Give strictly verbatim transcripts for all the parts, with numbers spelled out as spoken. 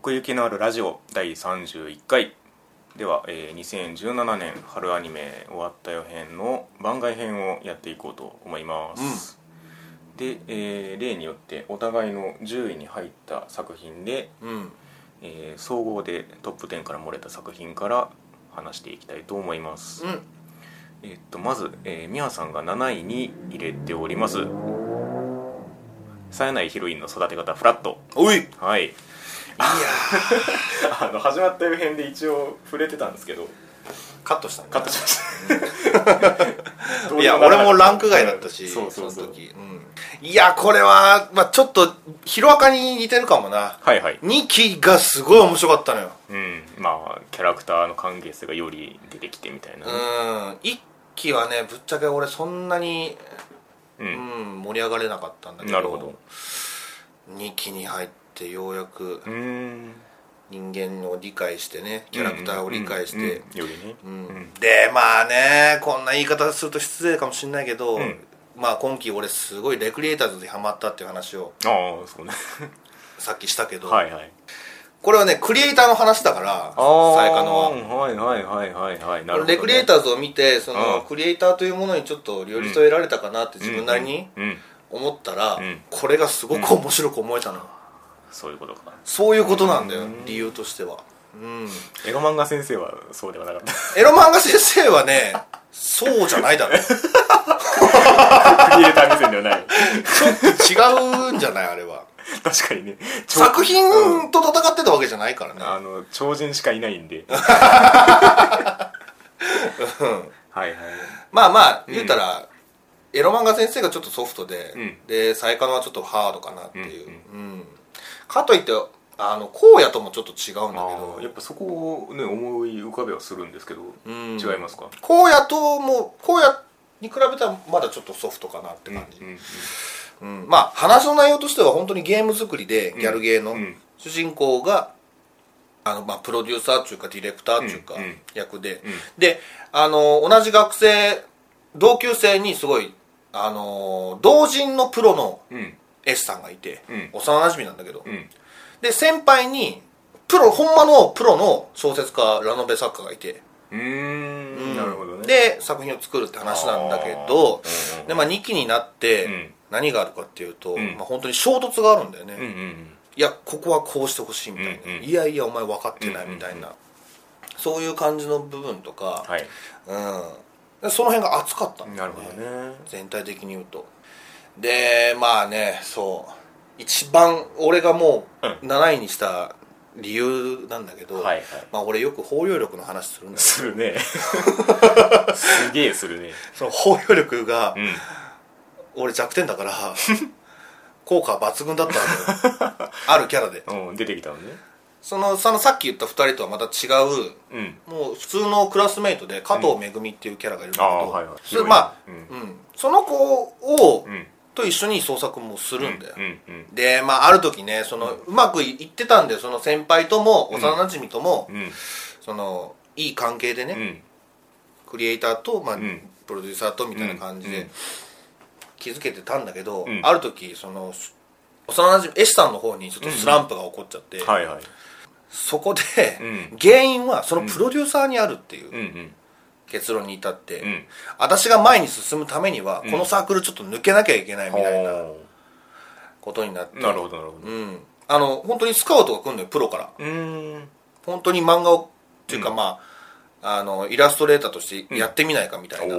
奥行きのあるラジオだいさんじゅういっかいでは、えー、にせんじゅうななねん春アニメ終わったよ編の番外編をやっていこうと思います、うん、で、えー、例によってお互いのじゅういに入った作品で、 うんえー、総合でトップじゅうから漏れた作品から話していきたいと思います、 うんえー、っとまず、えー、みやさんがなないに入れております冴えないヒロインの育て方フラット。 おいはいいやあの始まった予編で一応触れてたんですけどカットしたんだカットしましたいや俺もランク外だったし、 そうそうそうその時、うん、いやこれは、まあ、ちょっとヒロアカに似てるかもな。 はいはいにきがすごい面白かったのよ。 うんまあキャラクターの関係性がより出てきてみたいな、 うんいっきはねぶっちゃけ俺そんなに、 うんうん、盛り上がれなかったんだけど、 なるほどにきに入ってようやくうん人間を理解してねキャラクターを理解して、 うんうんうんよりね、 うんうん、 でまあねこんな言い方すると失礼かもしれないけど、 うん、 まあ今期俺すごいレクリエイターズにハマったっていう話をああそうねさっきしたけど、 はいはいこれはねクリエイターの話だからさやかのははいはいはいはいはいなるほど、ね、 レクリエイターズを見てそのうんクリエイターというものにちょっと寄り添えられたかなって自分なりにうん、うんうん思ったら、 うんこれがすごく面白く思えたの、うん、 そういうことかそういうことなんだよ、 うん、 理由としては、うん、 エロ漫画先生はそうではなかったエロ漫画先生はねそうじゃないだろクリエイター目線ではないちょっと違うんじゃないあれは確かにね作品と戦ってたわけじゃないからね、 あの超人しかいないんではいはいまあまあ言うたら、うんエロ漫画先生がちょっとソフトで、うん、でサイカノはちょっとハードかなっていう、うんうんうん、かといってあの荒野ともちょっと違うんだけどやっぱそこをね思い浮かべはするんですけど、うん、違いますか荒野とも荒野に比べたらまだちょっとソフトかなって感じ、うんうんうん、まあ話の内容としては本当にゲーム作りでギャルゲーの主人公があのまあプロデューサーっていうかディレクターっていうか役で、うんうん、であの同じ学生同級生にすごいあのー、同人のプロの S さんがいて、うん、幼馴染なんだけど、うん、で先輩にプロほんまのプロの小説家ラノベ作家がいてうーん、うん、なるほどねで作品を作るって話なんだけどで、まあ、にきになって何があるかっていうと、うんまあ、本当に衝突があるんだよね、うんうんうん、いやここはこうしてほしいみたいな、うんうん、いやいやお前分かってないみたいな、うんうんうん、そういう感じの部分とか、はいうんその辺が熱かったんだよね、なるほどね全体的に言うとでまあねそう一番俺がもうなないにした理由なんだけど、うんはいはいまあ、俺よく包容力の話するんだけどするねすげえするねその包容力が、うん、俺弱点だから効果抜群だったのよあるキャラで、 うん、出てきたのねそのそのさっき言ったふたりとはまた違う、うん、もう普通のクラスメイトで加藤めぐみっていうキャラがいるんだけど、うんはいはい、それまあ、うんうん、その子を、うん、と一緒に創作もするんだよ、うんうんうん、でまあある時ねその、うん、うまくいってたんだよその先輩とも幼馴染とも、うん、そのいい関係でね、うん、クリエイターと、まあうん、プロデューサーとみたいな感じで築けてたんだけど、うん、ある時その幼馴染 S さんの方にちょっとスランプが起こっちゃって、うんはいはいそこで、うん、原因はそのプロデューサーにあるっていう結論に至って、うん、私が前に進むためには、うん、このサークルちょっと抜けなきゃいけないみたいなことになって、 なるほどなるほど、 うん、あの本当にスカウトが来るのよプロからうーん本当に漫画をっていうか、うん、まああのイラストレーターとしてやってみないかみたいな、うん、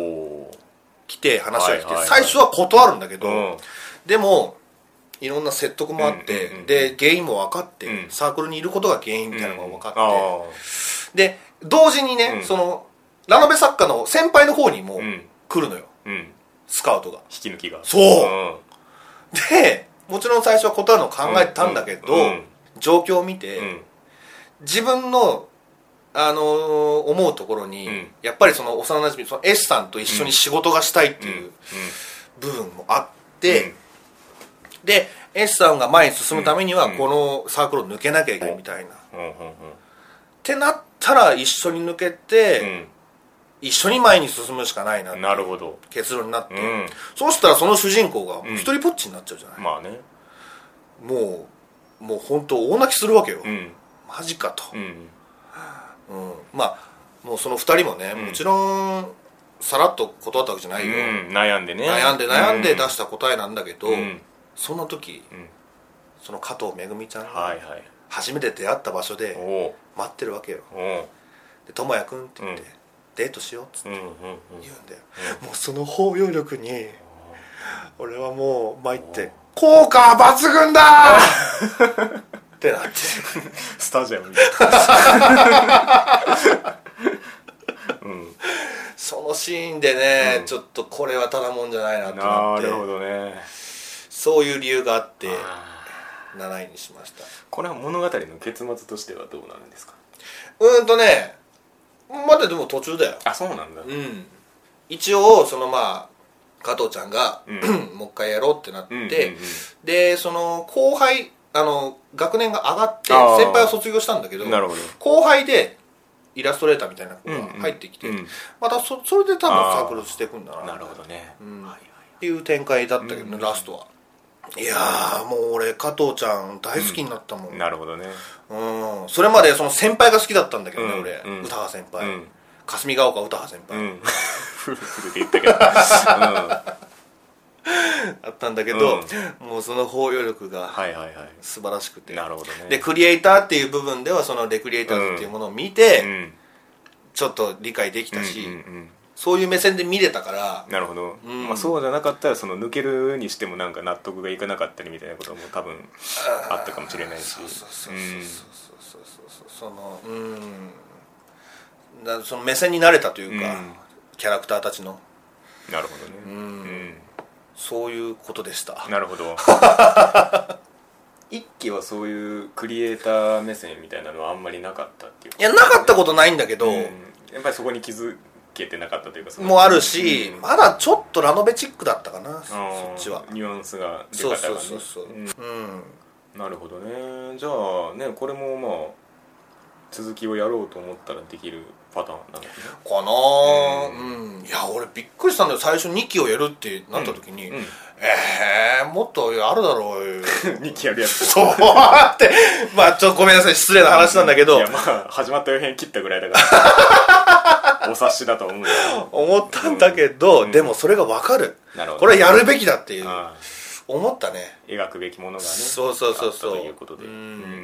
来て話が来て、はいはいはい、最初は断るんだけど、うん、でもいろんな説得もあって、うんうんうん、で原因も分かって、うん、サークルにいることが原因みたいなのが分かって、うん、で同時にね、うん、そのラノベ作家の先輩の方にも来るのよ、うん、スカウトが引き抜きがそう、うん、でもちろん最初は断るのを考えてたんだけど、うんうん、状況を見て、うん、自分の、あのー、思うところに、うん、やっぱりその幼馴染その S さんと一緒に仕事がしたいっていう部分もあって、うんで S さんが前に進むためにはこのサークルを抜けなきゃいけないみたいな、うんうんうん、ってなったら一緒に抜けて、うん、一緒に前に進むしかないなっていう結論になって、うん、そうしたらその主人公が一人ぽっちになっちゃうじゃない、うん、 まあねもうもう本当大泣きするわけよ、うん、 マジかと、 うんうん、まあもうそのふたりもね、うん、もちろんさらっと断ったわけじゃないよ、 うん、悩んでね悩んで悩んで出した答えなんだけど、うん、その時、 うん、 その加藤めぐみちゃんが、 はいはい、 初めて出会った場所で待ってるわけよ。で智也君って言って、うん、デートしようっつって言うんだよ、うん、もうその包容力に俺はもう参って効果は抜群だってなってスタジアムみたいな、うん、 そのシーンでね、うん、ちょっとこれはただもんじゃないなと思って、 なるほどね、そういう理由があってなないにしました。 これは物語の結末としてはどうなるんですか？ うーんとねまだでも途中だよ。 あ、そうなんだ。 うん、一応そのまあ加藤ちゃんが、うん、もう一回やろうってなって、うんうんうん、でその後輩あの学年が上がって先輩は卒業したんだけど、 なるほど、 後輩でイラストレーターみたいな子が入ってきて、うんうん、また そ, それで多分サークルしていくんだな。 なるほどね、うん、はいはい、 っていう展開だったけどね、うん、ラストは。いやーもう俺加藤ちゃん大好きになったもん、 うん、なるほどね、 うん、それまでその先輩が好きだったんだけどね、うん、俺、うん、歌羽先輩、うん、霞ヶ丘歌羽先輩、うん、 フルフルで言ったけど、うん、 あったんだけど、うん、もうその包容力が素晴らしくて、 はいはいはい、なるほどね。 でクリエイターっていう部分ではそのレクリエイターズっていうものを見て、うん、ちょっと理解できたし、うんうんうん、そういう目線で見れたから。 なるほど、うん、まあ、そうじゃなかったらその抜けるにしてもなんか納得がいかなかったりみたいなことも多分あったかもしれないし、そうそうそうそうそうそうそのうんだその目線に慣れたというか、うん、キャラクターたちの。 なるほどね、うん、うん、 そういうことでした。 なるほど一期はそういうクリエイター目線みたいなのはあんまりなかったっていう、ね、 いやなかったことないんだけど、うん、 やっぱりそこに気づけてなかったというかもあるし、うん、まだちょっとラノベチックだったかな、そっちは。 ニュアンスが出方がね、 そうそうそうそう、うんうん、 なるほどね。じゃあねこれもまあ続きをやろうと思ったらできるパターンなのかな、うん、うん、いや俺びっくりしたんだよ最初にきをやるってなった時に、うんうん、えー、もっとあるだろうにきやるやつそうってまあちょっとごめんなさい失礼な話なんだけど、 いやまあ始まった予編切ったぐらいだからお察しだと思うよ思ったんだけど、うん、でもそれが分かる、なるほど、これやるべきだっていう思ったね。 描くべきものがね、 そうそうそうそう、 あったということで、うん、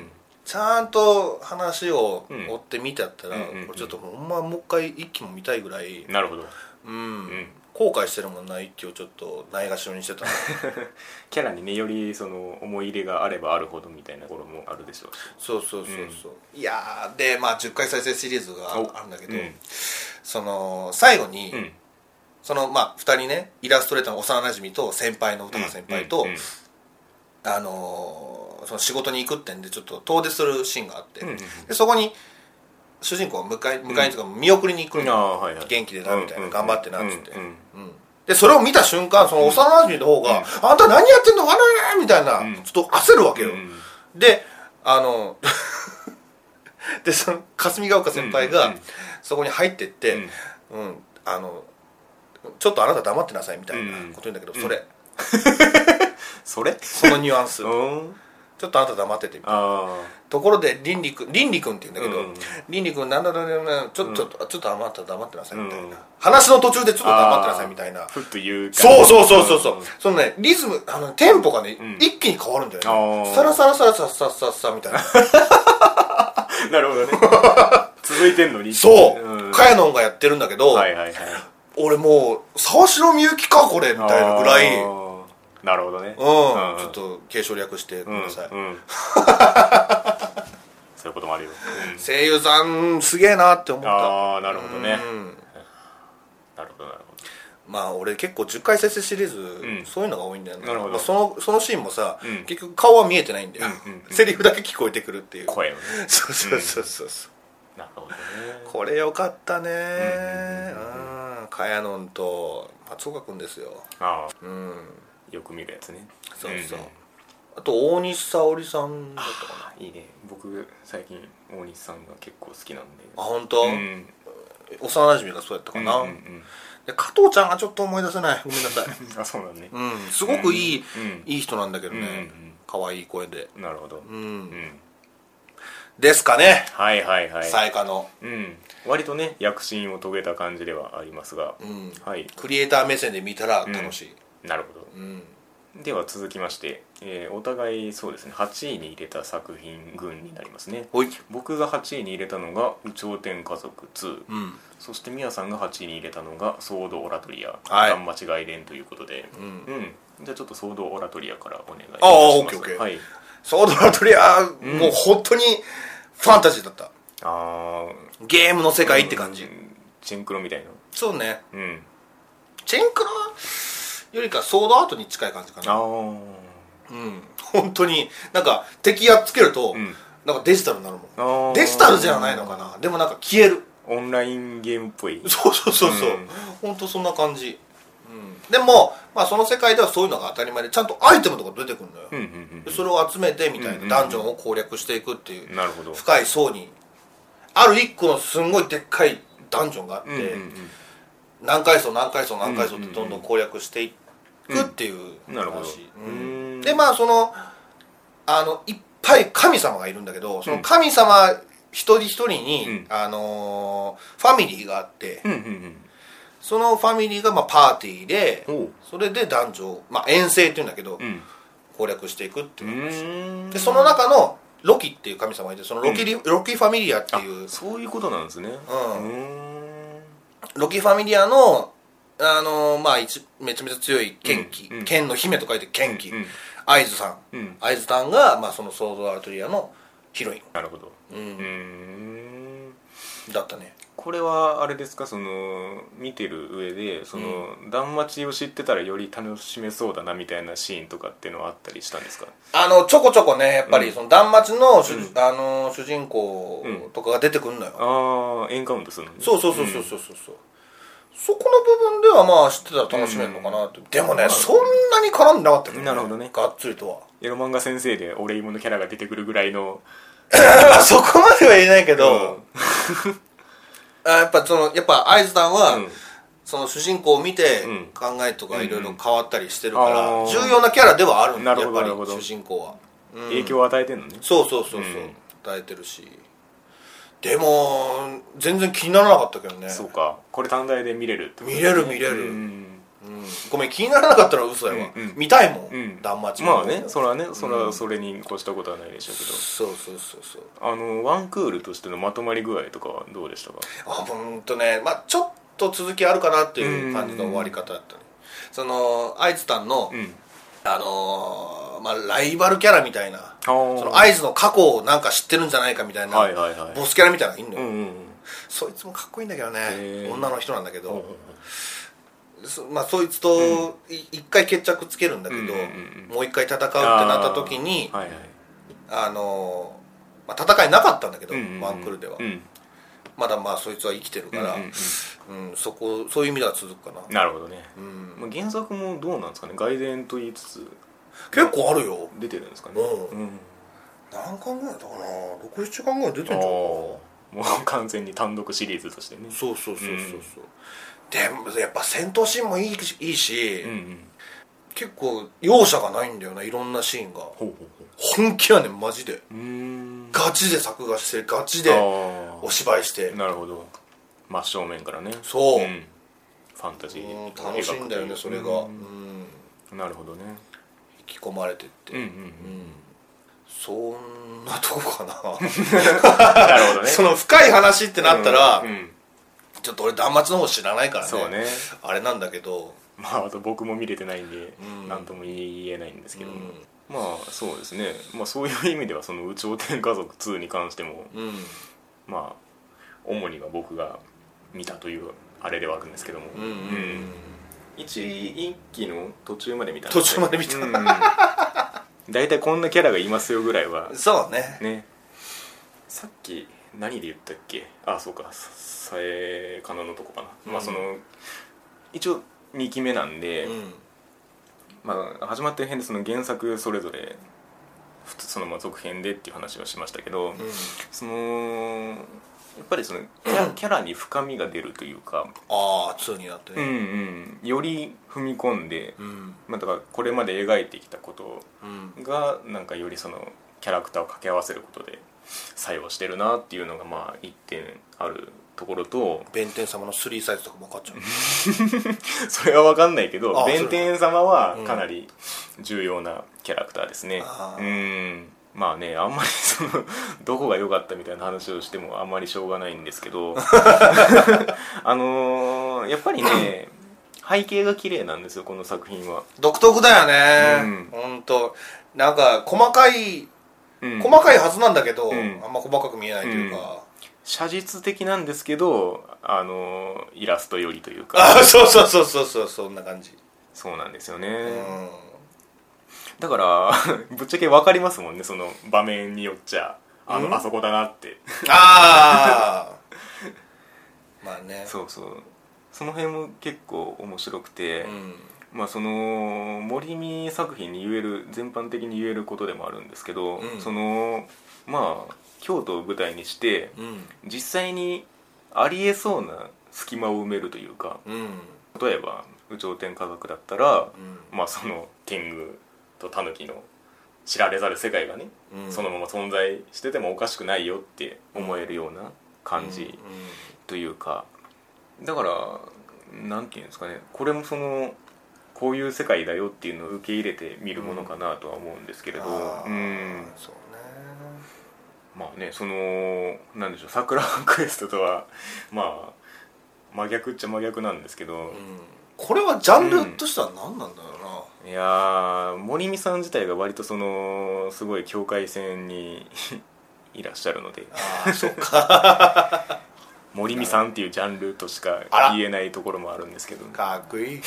ちゃんと話を追ってみてやったら、うん、これちょっとほんまもう一回一期も見たいぐらい。 なるほど、 うん、うん、後悔してるもんな、一期をちょっとないがしろにしてたキャラにねよりその思い入れがあればあるほどみたいなところもあるでしょうし。 そうそうそうそう、うん、いやでまあじゅっかい再生シリーズがあるんだけど、うん、その最後に、うん、そのまあふたりねイラストレーターの幼なじみと先輩の歌川先輩と、うんうんうん、あのーその仕事に行くってんでちょっと遠出するシーンがあって、うんうんうん、でそこに主人公が迎え迎えにとか見送りに行くの、うんはいはい、元気でなみたいな、うんうん、頑張ってなっつって、うんうんうん、でそれを見た瞬間その幼なじみの方が、うん、あんた何やってんのわららみたいな、うん、ちょっと焦るわけよ、うん、であのでその霞ヶ丘先輩がそこに入ってって、うんうん、あのちょっとあなた黙ってなさいみたいなこと言うんだけど、うん、それそれそのニュアンスちょっとあなた黙っててみたいなところで倫理くん倫理くんって言うんだけど、うん、倫理くんなんだろうねちょっと、うん、ちょっとあなた黙ってなさいみたいな、うん、話の途中でちょっと黙ってなさいみたいなふっと言うそうそうそうそうそう、うん、そのねリズムあのテンポがね、うん、一気に変わるんだよね、サラサラサラサラサラサラサラみたいななるほどね続いてんのにそう、うん、カヤノンがやってるんだけど、 はいはいはい、 俺もう沢城みゆきかこれみたいなぐらい。 なるほどね、 うん、うん、ちょっと継承略してください、うんうん、 そういうこともあるよ、 うん、声優さんすげえなって思った。 ああなるほどね、うん、なるほどなるほど。 まあ俺結構じゅっかい再生シリーズ、うん、そういうのが多いんだよね。 なるほど、 まあ、そのそのシーンもさ、うん、結局顔は見えてないんだよ、うんうんうん、セリフだけ聞こえてくるっていう声をねそうそうそうそう、 うん、なるほどね。 これよかったねー、かやのんと松岡君ですよ。 ああ、うんよく見るやつね。 そうそう、うん、あと大西沙織さんだったかな。いいね、僕最近大西さんが結構好きなんで。 あ本当、うん、幼なじみがそうやったかな、うんうんうん、で加藤ちゃんがちょっと思い出せない、ごめんなさいあそうなんね、 うん、すごくいい、うん、いい人なんだけどね、うんうんうん、可愛い声で。 なるほど、 うんうん、 ですかね。 はいはいはい。 サイカの、 うん、割とね躍進を遂げた感じではありますが、 うん、 はい、 クリエイター目線で見たら楽しい、 うん、なるほど、うん、では続きまして、えー、お互いそうですねはちいに入れた作品群になりますね。僕がはちいに入れたのが「有頂天家族ツー」うん、そして宮さんがはちいに入れたのが「ソードオラトリア」はい、間違い連ということで、うんうん、じゃあちょっとソードオラトリアからお願いします。 ああオッケーオッケー、はい、ソードオラトリア、うん、もう本当にファンタジーだった。あゲームの世界って感じ、うん、 チェンクロみたいな。 そうね、うん、チェンクロよりかソードアートに近い感じかな。あ、うん、本当になんか敵やっつけると、うん、なんかデジタルになるもん。デジタルじゃないのかな、でもなんか消えるオンラインゲームっぽい。 そうそうそうそう、うん、本当そんな感じ、うん、でも、まあ、その世界ではそういうのが当たり前でちゃんとアイテムとか出てくるのよ、うんうんうん、それを集めてみたいな、うんうん、ダンジョンを攻略していくっていう、なるほど、深い層にある一個のすんごいでっかいダンジョンがあって、うんうんうん、何階層何階層何階層ってどんどん攻略していくっていう話、うん、なるほど、うん、でまあそのあのいっぱい神様がいるんだけど、その神様一人一人に、うん、あのー、ファミリーがあって、うんうんうん、そのファミリーがまあパーティーで、それで男女、まあ、遠征っていうんだけど、うん、攻略していくっていう話で、その中のロキっていう神様がいて、そのロキリ、うん、ロキファミリアっていう、 そういうことなんですね、うん、 ロキファミリアの、あのー、まあ一めちゃめちゃ強い剣気、うんうん、剣の姫と書いて剣気、うんうん、会津さん、うん、会津さんが、まあ、そのソードアートリアのヒロイン。 なるほど、うん、うーんだったね。 これはあれですか、その見てる上でその、うん、断末を知ってたらより楽しめそうだなみたいなシーンとかっていうのはあったりしたんですか？ あのちょこちょこね、やっぱり、うん、その断末の主、うん、あの主人公とかが出てくるのよ、うん、 ああエンカウントするのね。 そうそうそうそうそうそう、うん、そこの部分ではまあ知ってたら楽しめるのかなって、うん、でもね、そんなに絡んでなかったけどね。なるほどね、がっつりとは。 エロ漫画先生で俺芋のキャラが出てくるぐらいのそこまでは言えないけど、うん、あやっぱそのやっぱ会津さんは、うん、その主人公を見て考えとかいろいろ変わったりしてるから、うんうん、重要なキャラではあるんだ、やっぱり主人公は、 うん、影響を与えてるのね。 そうそうそうそう、うん、与えてるし、でも全然気にならなかったけどね。 そうか、これ単体で見れるってこと、 ね、見れる見れる、うん、うん、ごめん気にならなかったら嘘やわ、うんうん、見たいもん、うん、断末まあね、それはね、それはそれに越したことはないでしょうけど、うん、 そうそうそうそう、 あのワンクールとしてのまとまり具合とかはどうでしたか？ あほんとね、まあちょっと続きあるかなっていう感じの終わり方だったね。その会津さんの、うん、あのー、まあライバルキャラみたいな、その会津の過去をなんか知ってるんじゃないかみたいな、はいはいはい、ボスキャラみたいなのがいんのよ、うんうんうん、そいつもかっこいいんだけどね、女の人なんだけど、うんうん、そ, まあ、そいつと一回決着つけるんだけど、うんうんうん、もう一回戦うってなった時に、あ、はいはい、あのーまあ、戦いなかったんだけど、うんうんうん、ワンクールでは、うん、まだまあそいつは生きてるから、うんうんうんうん、そこそういう意味では続くかな。 なるほどね、うん、原作もどうなんですかね、外伝と言いつつ結構あるよ、 出てるんですかね、うんうん、 何巻ぐらいだったかな、ろく、ななかんぐらい出てるんじゃないかな。もう完全に単独シリーズとしてね。 そうそうそうそうそう、うん、でもやっぱ戦闘シーンもいいし、いいし、うんうん、結構容赦がないんだよな、いろんなシーンが。ほうほうほう、本気やねんマジで。うーん、ガチで作画してガチでお芝居して。 なるほど、真正面からね。 そう、うん、 ファンタジー楽しいんだよねそれが。うんうん、なるほどね、 引き込まれてって、うんうんうん、うん、そんなとこかななるほどねその深い話ってなったら、うんうん、ちょっと俺断末の方知らないから ね, そうねあれなんだけど、 まああと僕も見れてないんで何、うん、とも言えないんですけども、うん、まあそうですね、まあ、そういう意味ではその有頂天家族ツーに関しても、うん、まあ主には僕が見たというあれではあるんですけども、うんうんうん、一期の途中まで見たんです、 ね、途中まで見た、うん、 だいたいこんなキャラがいますよぐらいは。 そうね。 ね、さっき何で言ったっけ、あそうか、さえかなのとこかな、うん、まあその一応にきめなんで、うん、まあ始まってる編でその原作それぞれ普通そのまあ続編でっていう話はしましたけど、うん、そのやっぱりそのキャラに深みが出るというか、 ああツーになってね、 うんうん、より踏み込んで、うんまあ、だからこれまで描いてきたことがなんかよりそのキャラクターを掛け合わせることで作用してるなっていうのがまあ一点あるところと、 弁天様のスリーサイズとかも分かっちゃうそれは分かんないけど、弁天様はかなり重要なキャラクターですね。うん、うんまあね、あんまりそのどこが良かったみたいな話をしてもあんまりしょうがないんですけどあのー、やっぱりね背景が綺麗なんですよ、この作品は。 独特だよね、うん、ほんとなんか細かい、うん、細かいはずなんだけど、うん、あんま細かく見えないというか、うん、 写実的なんですけど、あのー、イラスト寄りというか、 あそうそうそうそうそうそんな感じ。 そうなんですよね、うんだからぶっちゃけ分かりますもんね、その場面によっちゃあの、うん、あそこだなってああまあね、 そうそう、その辺も結構面白くて、うん、まあその森見作品に言える全般的に言えることでもあるんですけど、うん、そのまあ京都を舞台にして、うん、実際にありえそうな隙間を埋めるというか、うん、例えば有頂天科学だったら、うん、まあその天狗とタヌキの知られざる世界がね、うん、そのまま存在しててもおかしくないよって思えるような感じというか、だからなんていうんですかね、これもそのこういう世界だよっていうのを受け入れて見るものかなとは思うんですけれど、うん、うんそうね、 まあね、そのなんでしょう、桜クエストとはまあ真逆っちゃ真逆なんですけど、うん、 これはジャンルとしては何なんだろうな、 うん、いや森見さん自体が割とそのすごい境界線にいらっしゃるので、 ああそうか森見さんっていうジャンルとしか言えないところもあるんですけど、 かっこいい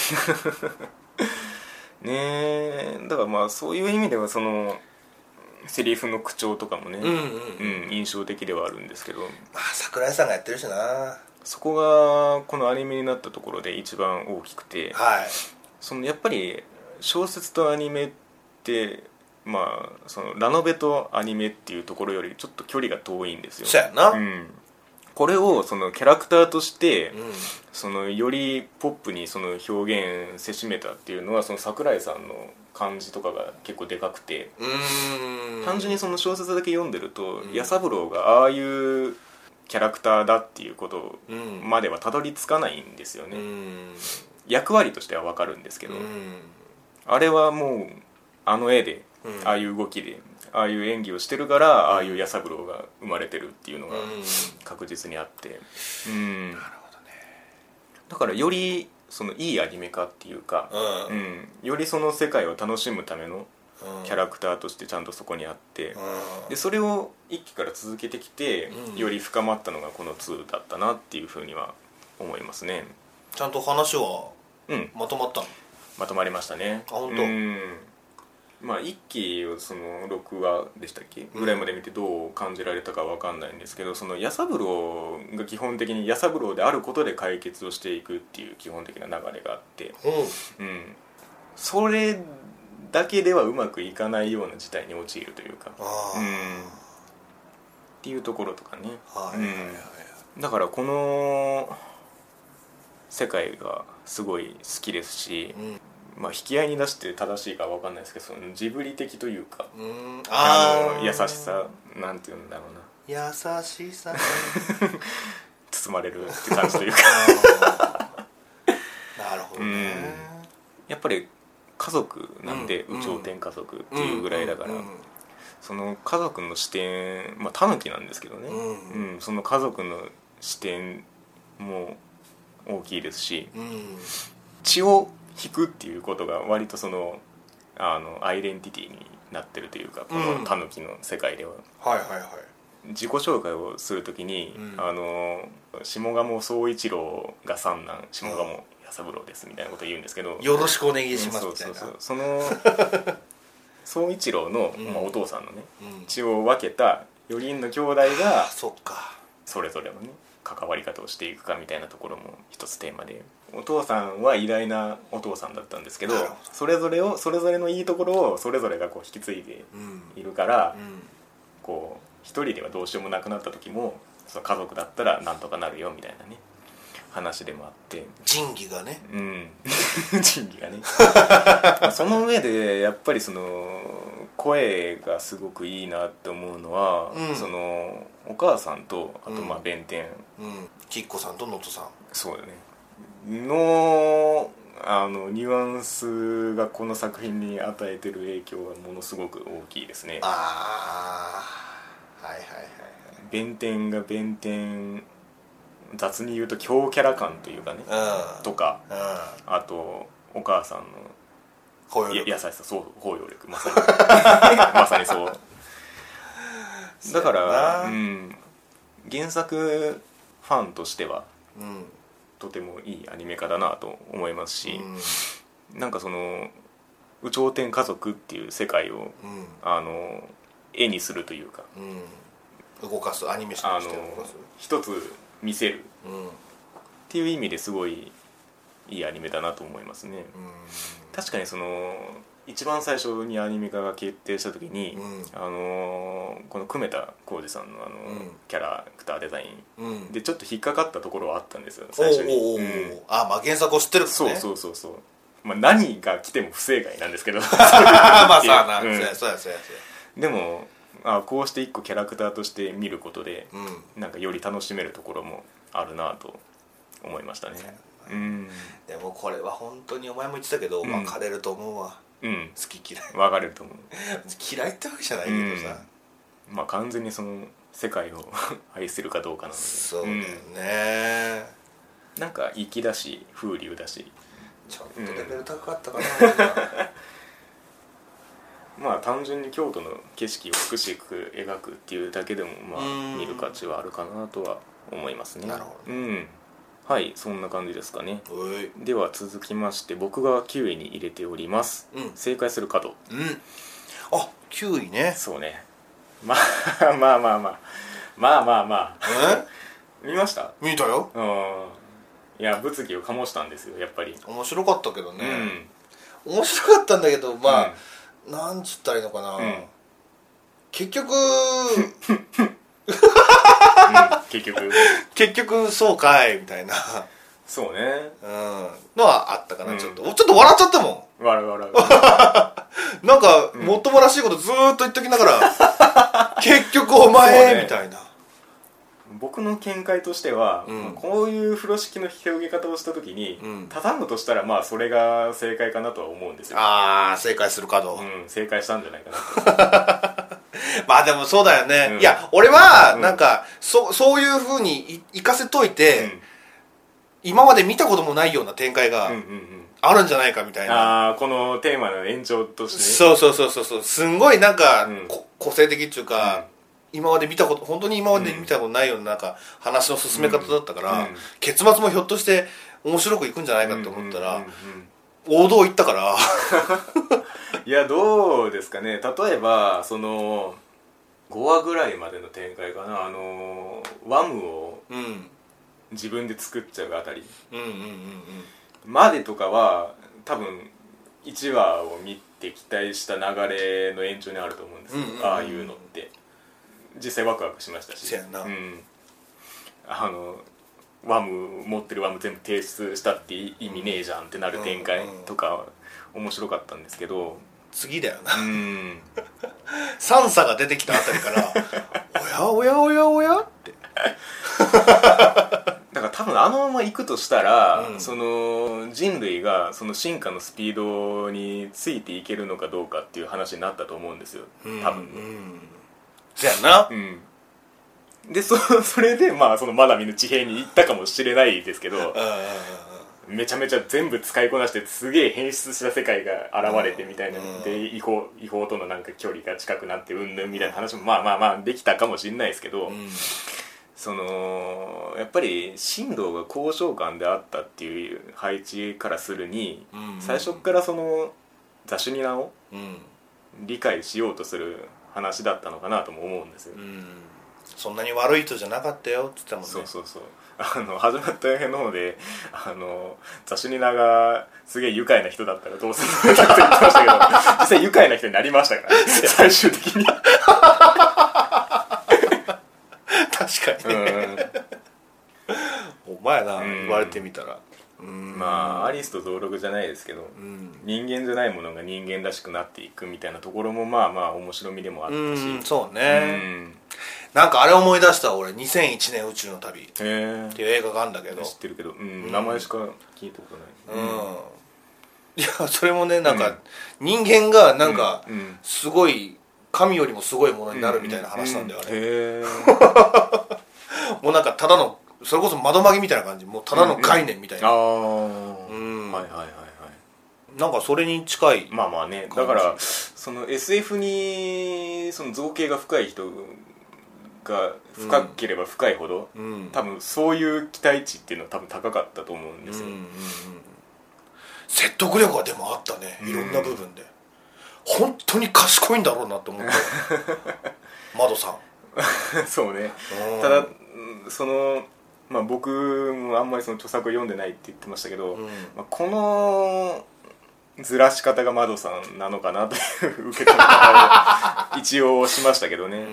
ねえ、だからまあそういう意味ではそのセリフの口調とかもね、うんうんうんうん、印象的ではあるんですけど、 まあ桜井さんがやってるしな、 そこがこのアニメになったところで一番大きくて、はい、そのやっぱり小説とアニメってまあそのラノベとアニメっていうところよりちょっと距離が遠いんですよ。 そうやな、 うん、これをそのキャラクターとして、うん、そのよりポップにその表現せしめたっていうのはその桜井さんの感じとかが結構でかくて、うーん、単純にその小説だけ読んでると弥三郎がああいうキャラクターだっていうことまではたどり着かないんですよね、うん、役割としては分かるんですけど、うん、あれはもうあの絵で、うん、ああいう動きでああいう演技をしてるから、うん、ああいう弥三郎が生まれてるっていうのが確実にあって、うん、なるほどね。だからよりそのいいアニメ化っていうか、うんうん、よりその世界を楽しむためのキャラクターとしてちゃんとそこにあって、うん、でそれをいっきから続けてきて、うん、より深まったのがこのツーだったなっていうふうには思いますね。 ちゃんと話はまとまったの？ まとまりましたね。 あ、本当。うん、 まあいっきをそのろくわでしたっけぐらいまで見てどう感じられたかわかんないんですけど、その弥三郎が基本的に弥三郎であることで解決をしていくっていう基本的な流れがあって、うん、うん、それだけではうまくいかないような事態に陥るというか、うん、っていうところとかね、はいはいはいはい、うん、だからこの世界がすごい好きですし、うん、まあ引き合いに出して正しいかわかんないですけど、そのジブリ的というか、うん、あの優しさ、なんていうんだろうな、 優しさ包まれるって感じというかなるほどね、うん、 やっぱり家族なんで、有頂天家族っていうぐらいだから、うんうんうん、その家族の視点、まあタヌキなんですけどね、うんうん、その家族の視点も大きいですし、うん、血を引くっていうことが割とそのあのアイデンティティになってるというか、このタヌキの世界では、 うん、はいはいはい、 自己紹介をするときに、うん、あの下鴨宗一郎が三男、下鴨弥三郎ですみたいなことを言うんですけど、 よろしくお願いしますみたいな、 そうそうそう、その宗一郎の、まあ、お父さんのね、うん、血を分けたよにんの兄弟がそれぞれのね関わり方をしていくかみたいなところも一つテーマで、お父さんは偉大なお父さんだったんですけど、それぞれをそれぞれのいいところをそれぞれがこう引き継いでいるから、うんうん、こう一人ではどうしようもなくなった時もその家族だったらなんとかなるよみたいなね話でもあって、 仁義がね、 うん仁義がねその上でやっぱりその声がすごくいいなって思うのは、うん、そのお母さんとあとまあ弁天、 うんうん、きっこさんと能登さん、 そうだねのあのニュアンスがこの作品に与えてる影響がものすごく大きいですね。 ああ、はいはいはいはい。 弁天が弁天、雑に言うと強キャラ感というかね、うん、とか、うん、あとお母さんの包容力、 優しさ、そう包容力、まさにまさにそうだから、うん、原作ファンとしては、うん、とてもいいアニメ化だなと思いますし、うん、なんかその有頂天家族っていう世界を、うん、あの絵にするというか、 うん、動かす、アニメーションとして動かす、 一つ見せる、うん、っていう意味ですごいいいアニメだなと思いますね。うん、確かにその一番最初にアニメ化が決定した時に、うん、あのこの久米田浩二さんのあの、うん、キャラクターデザイン、うん、でちょっと引っかかったところはあったんですよ最初に。おーおー、うん、 あ、まあ原作を知ってるからね。 そうそうそうそう、まあ、何が来ても不正解なんですけどまあさあな、うん、そうやそうやそうやでもあこうして一個キャラクターとして見ることで、うん、なんかより楽しめるところもあるなと思いましたね。うん、 でもこれは本当にお前も言ってたけど、うん、分かれると思うわ、うん、好き嫌い分かれると思う嫌いってわけじゃないけどさ、 うん、まあ完全にその世界を愛するかどうかなので、 そうだよね、 うん、なんか粋だし風流だしちょっとレベル高かったかな、 うん、まあ単純に京都の景色を美しく描くっていうだけでもまあ見る価値はあるかなとは思いますね。 なるほど、 うん、はい、そんな感じですかね。では続きまして僕がきゅういに入れております、うん、正解する角、 うん、あ、きゅういね。 そうね、まあまあまあまあまあまあまあえ見ました？ 見たよ。 うん、いや物議を醸したんですよやっぱり。 面白かったけどね、うん、面白かったんだけどまあ、うん、なんつったらいいのかな、うん、結局うん、 結局結局そうかいみたいな、 そうね、 うん、のはあったかな、うん、ちょっとちょっと笑っちゃったもん。笑う笑うなんか、うん、もっともらしいことずーっと言っときながら結局お前、ね、みたいな。 僕の見解としては、うん、こういう風呂敷の広げ方をした時に、うん、畳むとしたらまあそれが正解かなとは思うんですよ。 ああ、正解する角、 うん、正解したんじゃないかなとまあでもそうだよね、うん、いや俺はなんか、うん、そ, そういう風にいかせといて、うん、今まで見たこともないような展開があるんじゃないかみたいな、うんうんうん、 あこのテーマの延長として、ね、 そうそうそうそう、すんごいなんか、うん、個性的っていうか、うん、今まで見たこと本当に今まで見たことないような、なんか話の進め方だったから、うん、結末もひょっとして面白くいくんじゃないかと思ったら、うんうんうんうん、王道行ったからいやどうですかね。例えばそのごわぐらいまでの展開かな、あのワムを自分で作っちゃうあたり、うんうんうんうん、までとかは多分いちわを見て期待した流れの延長にあると思うんですよ、うんうんうん、ああいうのって実際ワクワクしましたし、 そうやな、うん、 あのワム持ってるワム全部提出したって意味ねえじゃんってなる展開とか面白かったんですけど、 次だよな、うん、サンサが出てきたあたりからおやおやおやおやってだから多分あのまま行くとしたら、うん、その人類がその進化のスピードについていけるのかどうかっていう話になったと思うんですよ多分、うんうん、 そやな、 うん、で そ, それでまあそのまだ見ぬ地平に行ったかもしれないですけどめちゃめちゃ全部使いこなしてすげえ変質した世界が現れてみたいな、うん、で違法、違法とのなんか距離が近くなってうんぬんみたいな話もまあまあまあできたかもしれないですけど、うん、そのやっぱり進藤が交渉官であったっていう配置からするに、うん、最初からその雑種ニナを理解しようとする話だったのかなとも思うんですよ、うん、 そんなに悪い人じゃなかったよって言ってたもんね。 そうそうそう、あの始まった辺の方であの雑種ニナがすげえ愉快な人だったらどうするのかって言ってましたけど実際愉快な人になりましたから最終的に確かにね、 うん、 おまやな、言われてみたら。 うーん、まあアリスと同録じゃないですけど、うん、人間じゃないものが人間らしくなっていくみたいなところもまあまあ面白みでもあったし、うん、 そうね、うん、なんかあれ思い出した俺にせんいちねん宇宙の旅っていう映画があるんだけど、 知ってるけど、うん、名前しか聞いたことない、うん、 うん、いやそれもねなんか、うん、人間がなんかすごい神よりもすごいものになるみたいな話なんだよね、うんうんうん、へもうなんかただのそれこそ窓マギみたいな感じ、もうただの概念みたいな、うんうん、ああ、うん、はいはいはいはい、なんかそれに近い、 まあまあね、だからその エスエフ にその造形が深い人が深ければ深いほど、うん、多分そういう期待値っていうのは多分高かったと思うんですよ、うんうんうん、 説得力はでもあったね、いろんな部分で、うん、本当に賢いんだろうなと思って窓さんそうね、ただそのまあ、僕もあんまりその著作を読んでないって言ってましたけど、うん、まあ、このずらし方が窓さんなのかなという受け止め方を一応しましたけどね、うんうん、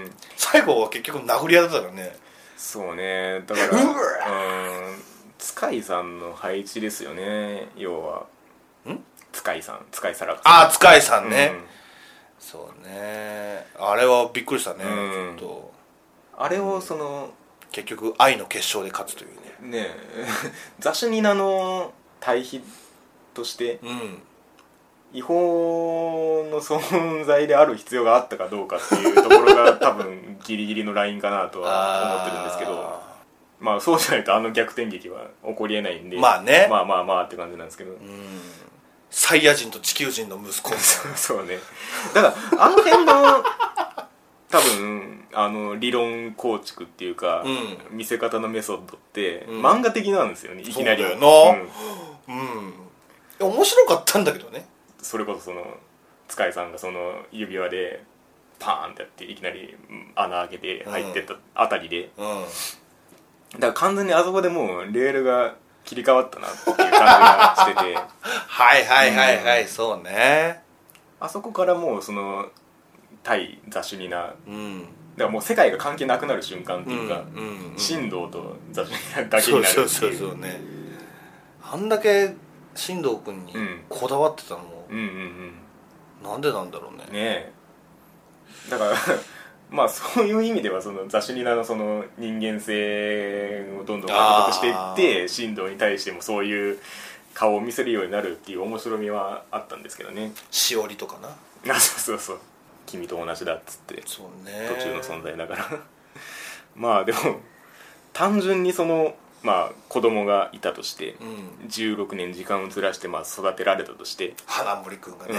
最後は結局殴り合ってたからね。 そうね、だからうん塚井さんの配置ですよね、要はん塚井さん塚井さらかああ塚井さんね、うん、そうね、あれはびっくりしたね、うん、ちょっとあれをその結局愛の結晶で勝つというね。 ねえザシュニナの対比として、うん、違法の存在である必要があったかどうかっていうところが多分ギリギリのラインかなとは思ってるんですけどまあそうじゃないとあの逆転劇は起こりえないんで、 まあね、 まあまあまあって感じなんですけど、うん、 サイヤ人と地球人の息子そうね、だからあの辺の多分あの理論構築っていうか、うん、見せ方のメソッドって、うん、漫画的なんですよね、いきなり。 そうだよな、うん、うん、面白かったんだけどね。 それこそその塚井さんがその指輪でパーンってやっていきなり穴開けて入ってったあたりで、うんうん、だから完全にあそこでもうレールが切り替わったなっていう感じがしててはいはいはいはい、うん、そうね、 あそこからもうその対ザシュニナ、うん、だからもう世界が関係なくなる瞬間っていうか、うんうんうん、神道とザシュニナだけになるっていう。 そうそうそうそうね、あんだけ神道君にこだわってたのも、うんうんうんうん、なんでなんだろうね。ねえ、だからまあそういう意味ではそのザシュニナのその人間性をどんどん獲得していって神道に対してもそういう顔を見せるようになるっていう面白みはあったんですけどね。 しおりとかな、 あ、そうそうそう、君と同じだっつって、 そうね、 途中の存在だからまあでも単純にそのまあ子供がいたとして、うん、じゅうろくねん時間をずらしてまあ育てられたとして、 花森くんがね、うん、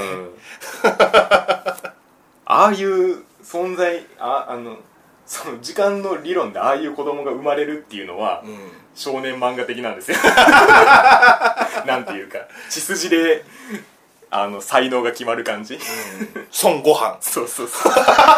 ああいう存在、ああのその時間の理論でああいう子供が生まれるっていうのは、うん、少年漫画的なんですよなんていうか血筋であの才能が決まる感じ、うん、 孫悟飯そうそうそう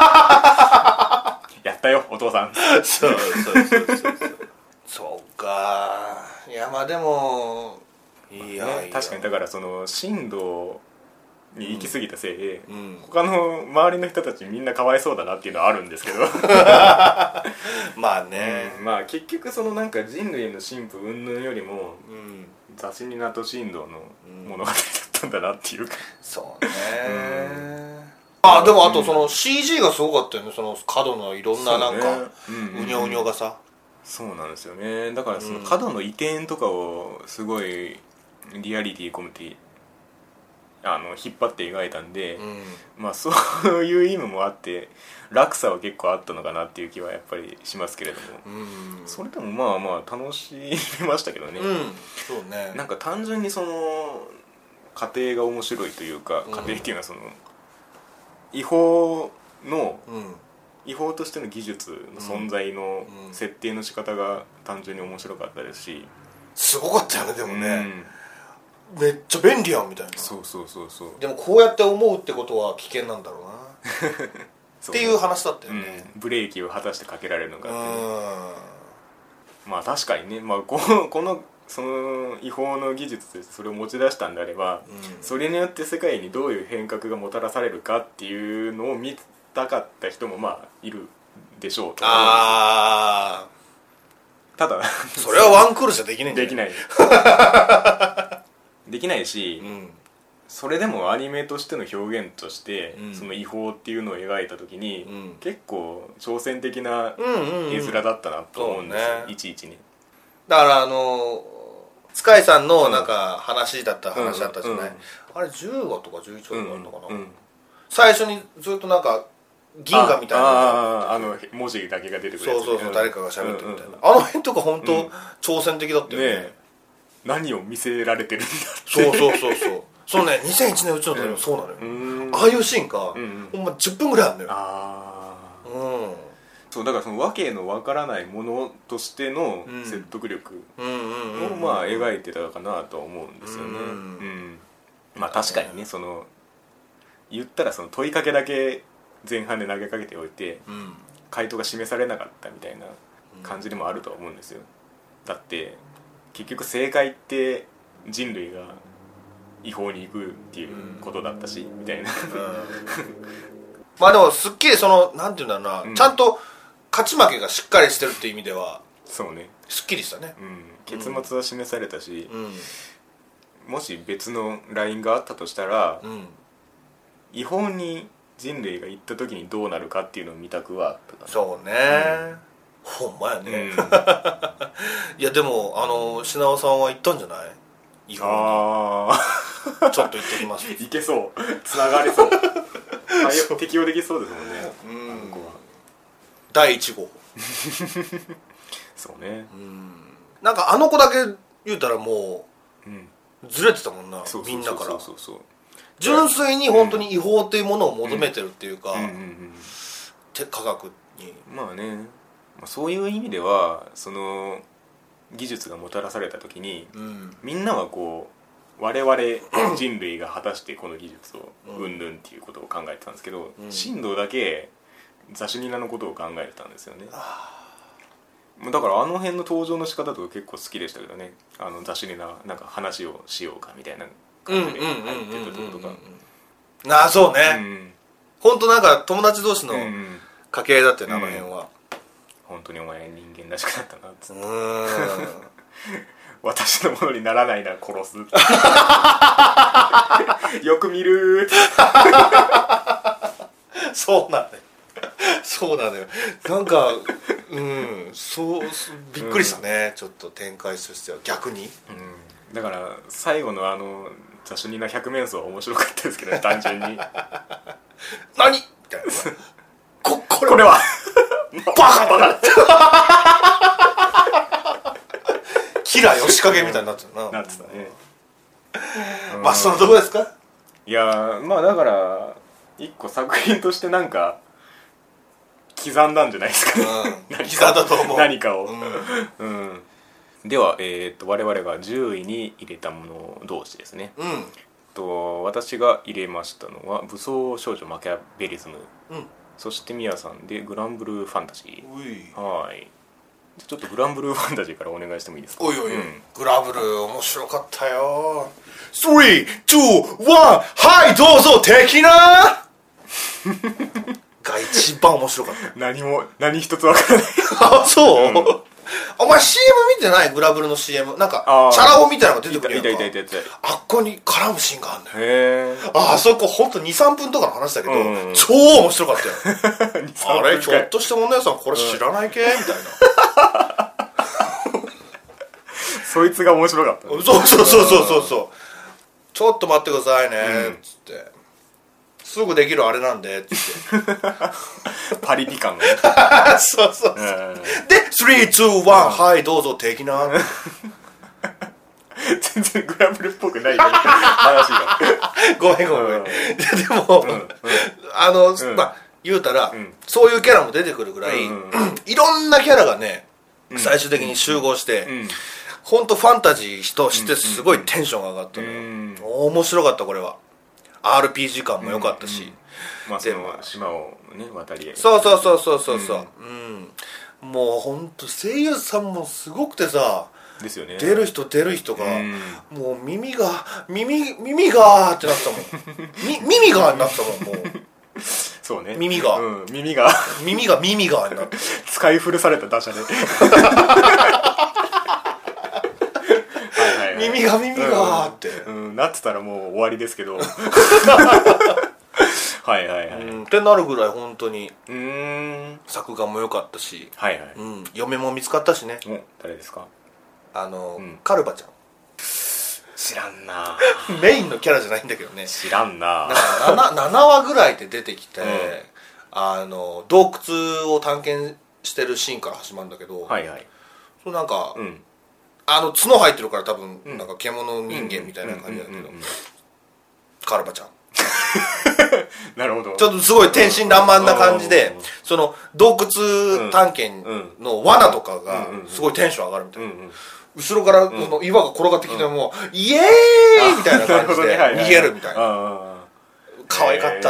やったよお父さんそうそうそうそうそうそうか、いやまあでもいや、ね、 確かにだからその神道に行き過ぎたせいで、うん、他の周りの人たちみんなかわいそうだなっていうのはあるんですけどまあね、 うん、まあ結局そのなんか人類の進歩云々よりも、うん、ザシニナと神道の物語だったんだなっていうか、 そうね、うん、あでもあとその シージー がすごかったよね、その角のいろんななんかうにょうにょがさ、 そうなんですよね。だからその角の移転とかをすごいリアリティ込めてあの引っ張って描いたんで、うん、まあそういう意味もあって落差は結構あったのかなっていう気はやっぱりしますけれども、うん、それでもまあまあ楽しめましたけどね、うん、 そうね、 なんか単純にその過程が面白いというか、過程っていうのはその違法の、うん違法としての技術の存在の設定の仕方が単純に面白かったですし、 すごかったよねでもね、うん、めっちゃ便利やんみたいな。 そうそうそうそう、 でもこうやって思うってことは危険なんだろうなっていう話だったよね、 うん、ブレーキを果たしてかけられるのかっていう、うん、まあ確かにね、まあ、この、このその違法の技術でそれを持ち出したんであれば、うん、それによって世界にどういう変革がもたらされるかっていうのを見たかった人もまあいるでしょうと。 ああ、 ただそれはワンクールじゃできないんじゃない？ できないできないし、うん、それでもアニメとしての表現として、うん、その違法っていうのを描いた時に、うん、結構挑戦的な絵面だったなと思うんですよ、うんうんうん、いちいちね。 だからあのスカイさんのなんか話だった話だったじゃない、うんうんうん、あれじゅうわとかじゅういちわとかあるのかな、うんうん、最初にずっとなんか銀河みたいなあああの文字だけが出てくるやつ、ね、 そうそうそう、誰かが喋ってるみたいな、うんうん、あの辺とか本当、うん、挑戦的だったよ ね, ね何を見せられてるんだってそうそうそうそうそうね、にせんいちねん宇宙の時もそうなのよ、うん、ああいうシーンか、うんうん、ほんまじゅっぷんぐらいあるのよ。ああ、うん、 そうだからその訳のわからないものとしての説得力をまあ描いてたかなとは思うんですよね、うんうん、まあ確かにね、その言ったらその問いかけだけ前半で投げかけておいて、うん、回答が示されなかったみたいな感じでもあるとは思うんですよ。だって結局正解って人類が違法に行くっていうことだったし、うん、みたいな、うん、 まあでもすっきりそのなんていうんだろうな、うん、ちゃんと勝ち負けがしっかりしてるっていう意味ではそうね、 すっきりしたね、 うん、結末は示されたし、うん、もし別のラインがあったとしたら、うん、違法に人類が行った時にどうなるかっていうのを見たくはあったかな。 そうね、うん、ほんまやね、うん、いやでもあの品尾さんは行ったんじゃない？違法に。あちょっと行ってきますいけそう、つながりそう適用できそうですもんね、うん、 だいいち号そうね、 うん、なんかあの子だけ言うたらもう、うん、ずれてたもんな、みんなから。そうそうそうそう、純粋に本当に違法っていうものを求めてるっていうか、うんうんうんうん、科学にまあね、まあ、そういう意味ではその技術がもたらされた時に、うん、みんなはこう我々人類が果たしてこの技術をうんぬんっていうことを考えてたんですけど、うん、神道だけザシュニナのことを考えてたんですよね。だからあの辺の登場の仕方とか結構好きでしたけどね、あのザシュニナなんか話をしようかみたいな感じで入ってたところとか、 ああそうね、うん、本当なんか友達同士の掛け合いだったよね、うん、あの辺は、うん、 本当にお前人間らしくなったなっつって、私のものにならないなら殺すよく見るそうなんだよそうなのよ、なんかうんそうびっくりしたね、うん、ちょっと展開としては逆に、うん、 だから最後のあのザシュニナ百面相は面白かったですけど、ね、単純に何みたいなこ, これはバカバカキラヨシカゲみたいになってたな、 なってたね、 うん、まあそのとこですか。 いやまあだから一個作品としてなんか刻んだんじゃないですかね、 うん、刻んだと思う何かを、うんうんでは、えー、と我々がじゅういに入れたもの同士ですね、うん、と私が入れましたのは武装少女マキャベリズム、うん、そしてミヤさんでグランブルーファンタジー。はいちょっとグランブルーファンタジーからお願いしてもいいですか。 おいおい、うん、グランブルー面白かったよ。スリー、ツー、ワン、はいどうぞ的なが一番面白かった何も何一つわからないあそう、うんお前 シーエム 見てない？グラブルの シーエム なんかチャラ男みたいなのが出てくるやんか。 いたいたいたいた。 あっこに絡むシーンがあるんだよ。へー。ああそこほんと にさんぷんとかの話だけど、うん、超面白かったよあれひょっとして女屋さんこれ知らない系、うん、みたいなそいつが面白かった、 ね、そうそうそうそうそうそうちょっと待ってくださいね、うん、つってすぐできるあれなんでつってパリピ感がそうそうそう、うん、でスリー、ツー、ワン、はいどうぞ的な全然グラブルっぽくない話がごめんごめん、うん、でも、うんうん、あの、うん、まあ言うたら、うん、そういうキャラも出てくるぐらい、うんうん、いろんなキャラがね、うん、最終的に集合して、うん、ほんとファンタジーとしてすごいテンションが上がったのよ、うん、面白かったこれは。アールピージー 感も良かったし、うんうんまあ、その島をね渡りそうそうそうそうそうそう、うんうん、もうほんと声優さんもすごくてさですよね、 出る人出る人が、うん、もう耳が耳耳がってなったもんみ耳がになったもんもうそうね耳が、 うん、耳が耳が耳がになって使い古された打者で耳が耳がって、 うん、うん、なってたらもう終わりですけどはいはいはい、うん、 ってなるぐらい本当にうーん作画も良かったし、 はいはい、 うん、嫁も見つかったしね。 お、誰ですか？ あの、うん、カルバちゃん。 知らんなメインのキャラじゃないんだけどね。 知らんな。 なんか 7, ななわぐらいで出てきて、うん、あの洞窟を探検してるシーンから始まるんだけど、 はいはい、 そうなんか、 うん、 あの角生えてるから多分、うん、なんか獣人間みたいな感じだけど、カルバちゃんなるほど。 ちょっとすごい天真爛漫な感じで、その洞窟探検の罠とかがすごいテンション上がるみたいな、後ろからこの岩が転がってきても、うん、イエーイみたいな感じで逃げるみたいな。可愛かった、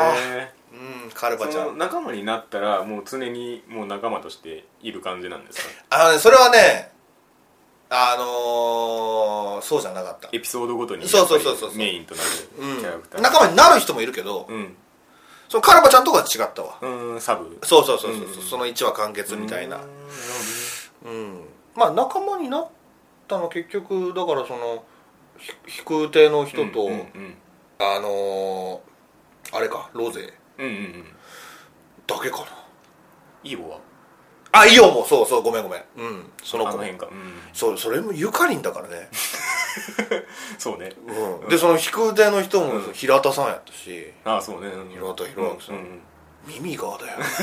えー、うん、カルバちゃん。 その仲間になったらもう常にもう仲間としている感じなんですか？ あのね、それはね、あのー、そうじゃなかった。 エピソードごとにそうそうそうそうメインとなるキャラクター、 うん、仲間になる人もいるけど、うん、そのカルバちゃんとかは違ったわ。 うん、サブ。 そうそうそうそう、うん、そのいちわ完結みたいな。うん、うん、まあ仲間になったの結局だからその飛空艇の人と、うんうんうん、あのー、あれかロゼ、うんうんうん、だけかな。 イオはあ、イオもそうそう、ごめんごめん、うん、その子あの辺か、うん、 そう、それもユカリンだからねそうね、 うん、でその飛空艇の人も平田さんやったし、 うん、ああそうね、うん、 平田博明さん、うんうん、耳がだよね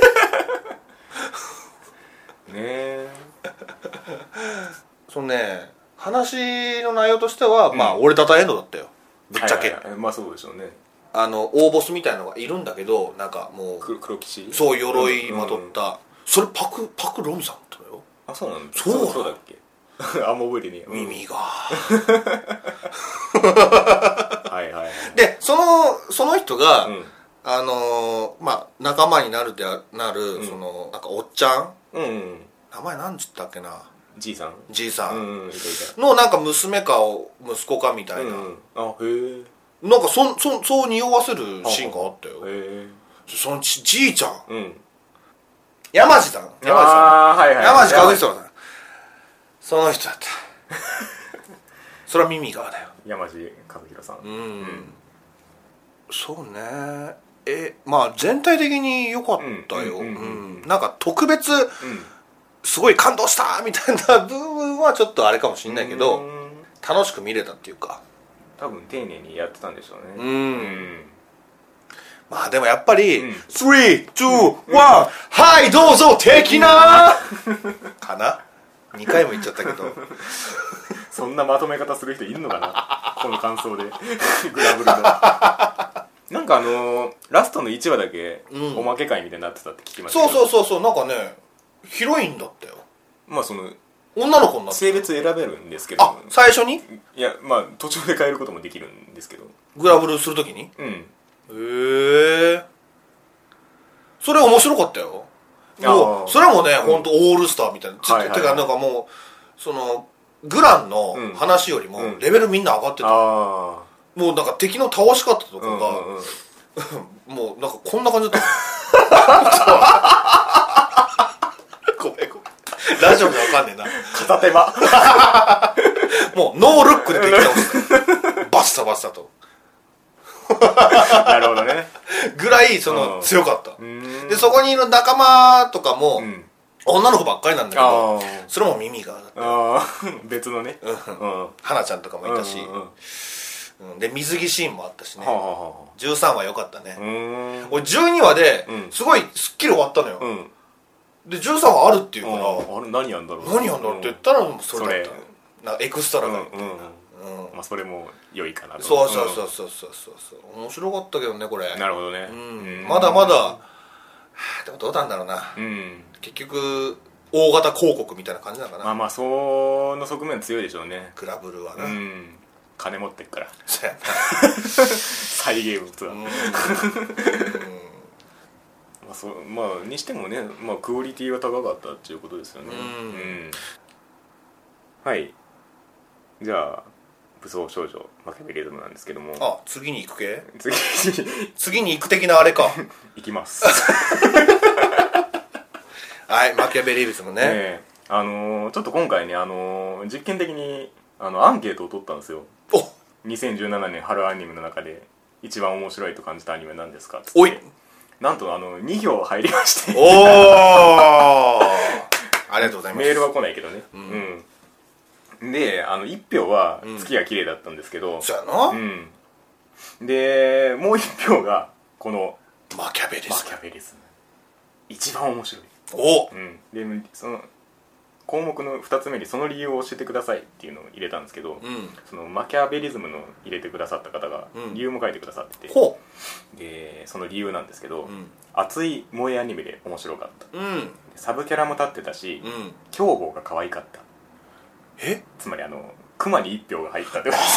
えそのね、話の内容としては、うん、まあ俺たたエンドだったよ、ぶっちゃけ、はいはいはい、まあそうでしょうね。 あの大ボスみたいなのがいるんだけど、なんかもう黒騎士、 そう鎧まとった、うんうん、それパクパクロミさんだったのよ。 あ、そうなんだ。 そうそうだっけあんま覚えてねえよ。 耳がはいはいはい。 でそのその人が、うん、あのー、まあ仲間になるでなる、うん、そのなんかおっちゃん、うんうん、名前なんつったっけな、 じいさんじいさん、 うんうん、 のなんか娘か息子かみたいな、うん、 あ、へえ、 なんかそそそう匂わせるシーンがあったよ。へえ。そのちじいちゃん、うん、山地さん、山地さん、あ、はいはい、山地和彦さん、その人だったそれは耳側だよ、 山地和弘さん、うん、うん、 そうね。え、まあ全体的に良かったよ。なんか特別、うん、すごい感動したみたいな部分はちょっとあれかもしれないけど、楽しく見れたっていうか、 多分丁寧にやってたんでしょうね。うん、うん、 まあでもやっぱり、うん、スリー、ツー、ワン、はいどうぞ的なかな、にかいも言っちゃったけどそんなまとめ方する人いるのかなこの感想でグラブルのなんかあのー、ラストのいちわだけ、うん、おまけ会みたいになってたって聞きましたけど、 そうそうそうそう、なんかねヒロインだったよ。 まあその女の子になって性別選べるんですけど、 あ、最初に、 いやまあ途中で変えることもできるんですけど、 グラブルするときに、 うん、へえ、それ面白かったよ。もうそれもね、うん、ほんとオールスターみたいな、はいはいはい、てかなんかもうそのグランの話よりもレベルみんな上がってた、うん、もうなんか敵の倒し方とかが、うんうんうん、もうなんかこんな感じだったごめんごめん、ラジオがわかんねえな片手間もうノールックで敵倒すバッサバッサとなるほどねぐらいその、うん、強かった。でそこにいる仲間とかも、うん、女の子ばっかりなんだけど、それも耳がだった。 あ別のね、うん、 花ちゃんとかもいたし、うんうん、で水着シーンもあったしね、はあはあ、じゅうさんわ良かったね。俺じゅうにわですごいすっきり終わったのよ、うん、でじゅうさんわあるっていうから、 あれ何やんだろう何やんだろうって言ったらそれだった、なんかエクストラが、うんうんうん、 うん、まあそれも良いかなと。 そうそうそうそうそうそう、面白かったけどねこれ。 なるほどね、 うん、まだまだでもどうなんだろうな、うん、結局大型広告みたいな感じなのかな。 まあまあその側面強いでしょうね、 グラブルはな、 うん、金持ってっからそうやな再ゲームとは、うん、うん、まあそまあにしてもね、まあクオリティが高かったっていうことですよね。うん、うん、はい、じゃあ武装少女マキャベリズムなんですけども、 あ、次に行く系次次に行く的なあれか行きますはい、マキャベリズムね、 ね、あのー、ちょっと今回ね、あのー、実験的にあのアンケートを取ったんですよ。 おにせんじゅうななねん春アニメの中で一番面白いと感じたアニメなんですかっつって、 おいなんとあのに票入りましておーありがとうございます。 メールは来ないけどね、うんうん、であのいち票は月が綺麗だったんですけど、 うん、そうやな、 うん、でもういち票がこのマキャベリズム。 マキャベリズム一番面白い。 お、 うん、でその項目のふたつめにその理由を教えてくださいっていうのを入れたんですけど、 うん、 そのマキャベリズムの入れてくださった方が理由も書いてくださってて、 ほうでその理由なんですけど、 うん、 熱い萌えアニメで面白かった、 うん、 サブキャラも立ってたし、 うん、 凶暴が可愛かった。 えつまりあのクマにいち票が入ったってこと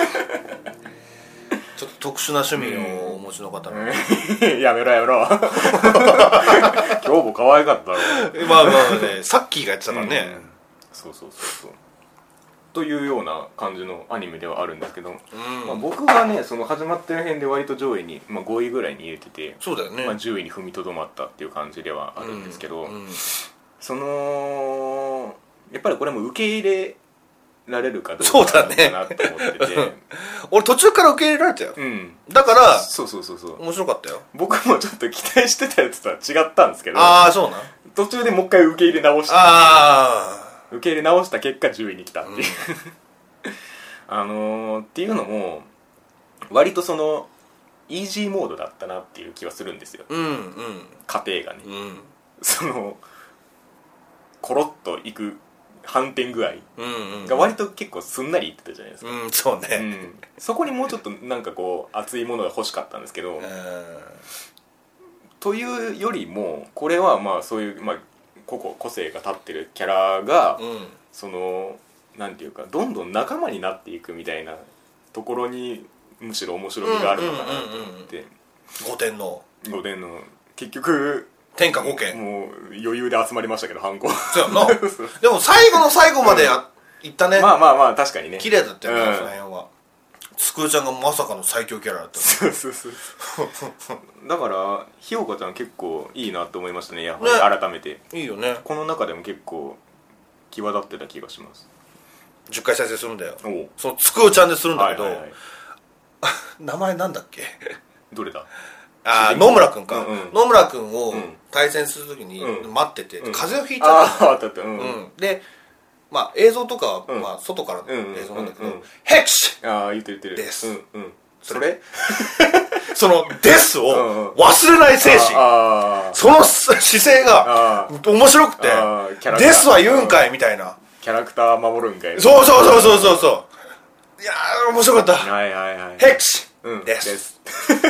ちょっと特殊な趣味をお持ちの方の、うん、 やめろやめろ凶暴可愛かったろまあまあねさっきがやってたからね、うん、 そうそうそうそうというような感じのアニメではあるんですけど、うんまあ、僕がねその始まってる辺で割と上位に、まあ、ごいぐらいに入れてて、 そうだよね、 まあ、じゅういに踏みとどまったっていう感じではあるんですけど、 うんうん、 そのやっぱりこれも受け入れられるかどうかなと思ってて、 俺途中から受け入れられたよ、 うん、 だからそうそうそうそう面白かったよ。 僕もちょっと期待してたやつとは違ったんですけど、 ああそうなん、 途中でもう一回受け入れ直した、 あ受け入れ直した結果じゅういに来たっていう、うん、あのー、っていうのも割とそのイージーモードだったなっていう気はするんですよ、 うんうん、 過程がね、 うん、 そのコロッといく反転具合うんうん、 が割と結構すんなりいってたじゃないですか、 うん、そうね、 うん、そこにもうちょっとなんかこう熱いものが欲しかったんですけど、というよりもこれはまあそういう、まあ、個々個性が立ってるキャラが、 うん、 そのなんていうかどんどん仲間になっていくみたいなところにむしろ面白みがあるのかなと思って、 御殿の御殿の結局天下五剣もう余裕で集まりましたけどハンコそうやなでも最後の最後までや、うん、いったね。 まあまあまあ確かにね綺麗だったよね、うん、その辺はつくーちゃんがまさかの最強キャラだった、ね、 そうそうそうだからひよかちゃん結構いいなと思いましたね、やはり改めて、 ね、いいよね。 この中でも結構際立ってた気がします。 じゅっかい再生するんだよ、そのつくーちゃんでするんだけど、はいはいはい、名前なんだっけどれだ。 あ野村くんか、 うんうん、 野村くんを対戦するときに待ってて、うん、風邪をひいちゃった、 ああったあった、うんうん、 でまあ映像とかは、うんまあ、外からの映像なんだけど、うんうんうん、ヘクシああ言ってる言ってるです、 うんうん、それそのですを忘れない精神、うんうん、その姿勢が面白くてですは言うんかいみたいな、 キャラクター守るんかい、 そうそうそうそうそうそういやー面白かった、 はいはいはい、 ヘクシ、うん、ですです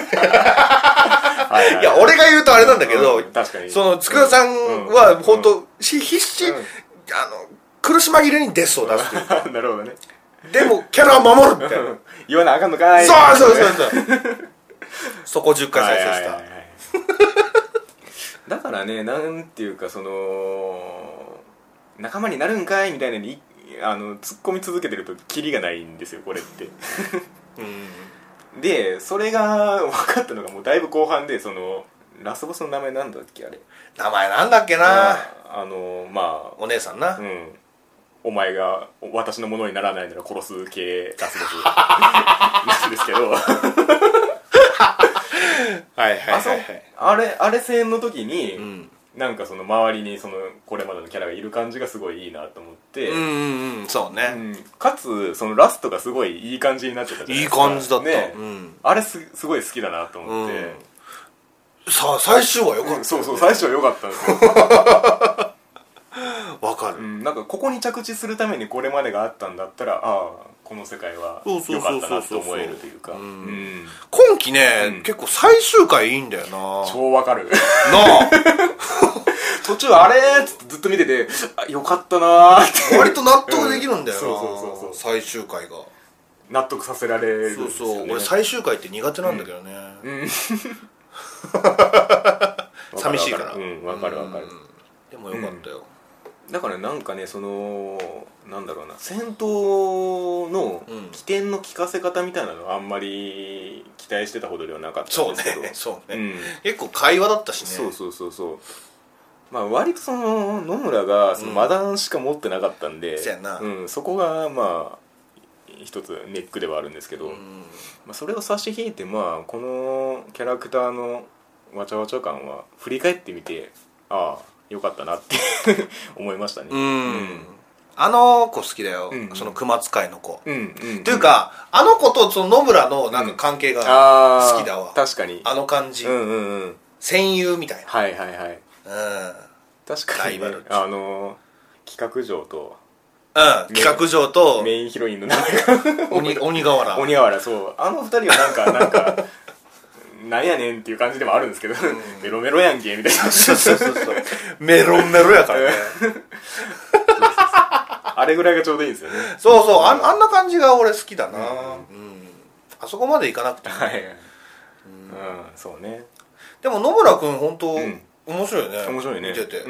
はい、はい、いや俺が言うとあれなんだけど、うん、 確かにそのつくーさんは本当、うん、必死、うん、あの苦し紛れにデスを出すというかなるほどね。 でもキャラを守るみたいな言わなあかんのかい、 そうそうそうそうそこじゅっかい再生した、はいはいはいはい、だからねなんていうかその仲間になるんかいみたいなにあの突っ込み続けてるとキリがないんですよこれってうんでそれが分かったのがもうだいぶ後半で、そのラスボスの名前なんだっけ、あれ名前なんだっけな、 あ, あのまあお姉さんな、 うん、お前が私のものにならないなら殺す系ラスボスなんですけどはいはいはい、はい、あ, あれあれ戦の時に、うん、なんかその周りにそのこれまでのキャラがいる感じがすごいいいなと思って、 うんうんうんそうね、うん、 かつそのラストがすごいいい感じになってたじゃないですか。 いい感じだった、 ねうん、 あれ す, すごい好きだなと思って、 うん、さあ最終話良かった、ね、 うん、そうそう最初は良かったんですよわかる、 うん、なんかここに着地するためにこれまでがあったんだったら、ああこの世界は良かったなと思えるというか、 今期ね、うん、結構最終回いいんだよな。 超わかるなあ途中あれーっつってずっと見てて、あよかったなーって割と納得できるんだよな、 うん、そうそうそうそう最終回が納得させられるんですよね。 そうそう俺最終回って苦手なんだけどね、うんうん、寂しいからうんわかるわかる、うん、 でもよかったよ、 うん、だからなんかねそのなんだろうな戦闘の起点の効かせ方みたいなのはあんまり期待してたほどではなかったんですけど、 そうねそうね、うん、結構会話だったしね。 そうそうそうそうまあ割とその野村がそのマダンしか持ってなかったんで、 うん、そやな、 うん、そこがまあ一つネックではあるんですけど、まあ、それを差し引いて、まあ、このキャラクターのわちゃわちゃ感は振り返ってみて、ああよかったなって思いましたね。 うん、うん、あの子好きだよ、うんうん、その熊使いの子、 うんうんうん、 っていうかあの子とその野村のなんか関係が好きだわ、 うん、確かにあの感じ、 うんうんうん、 戦友みたいな、 はいはいはい、うん、確かに、ね、あの企画嬢と、 うん、企画嬢とメインヒロインの名前が鬼鬼瓦鬼瓦、そうあの二人はなんかなんかなんやねんっていう感じでもあるんですけど、うん、メロメロやんけみたいなそうそうそうそうメロメロやからねそうそうそうあれぐらいがちょうどいいんですよね。 そうそう、あ, あんな感じが俺好きだな、うんうん、あそこまでいかなくても、はい、うん、うん、 そうね。 でも野村君本当、うん、面白いね、 面白いね、 見てて、 うんうん、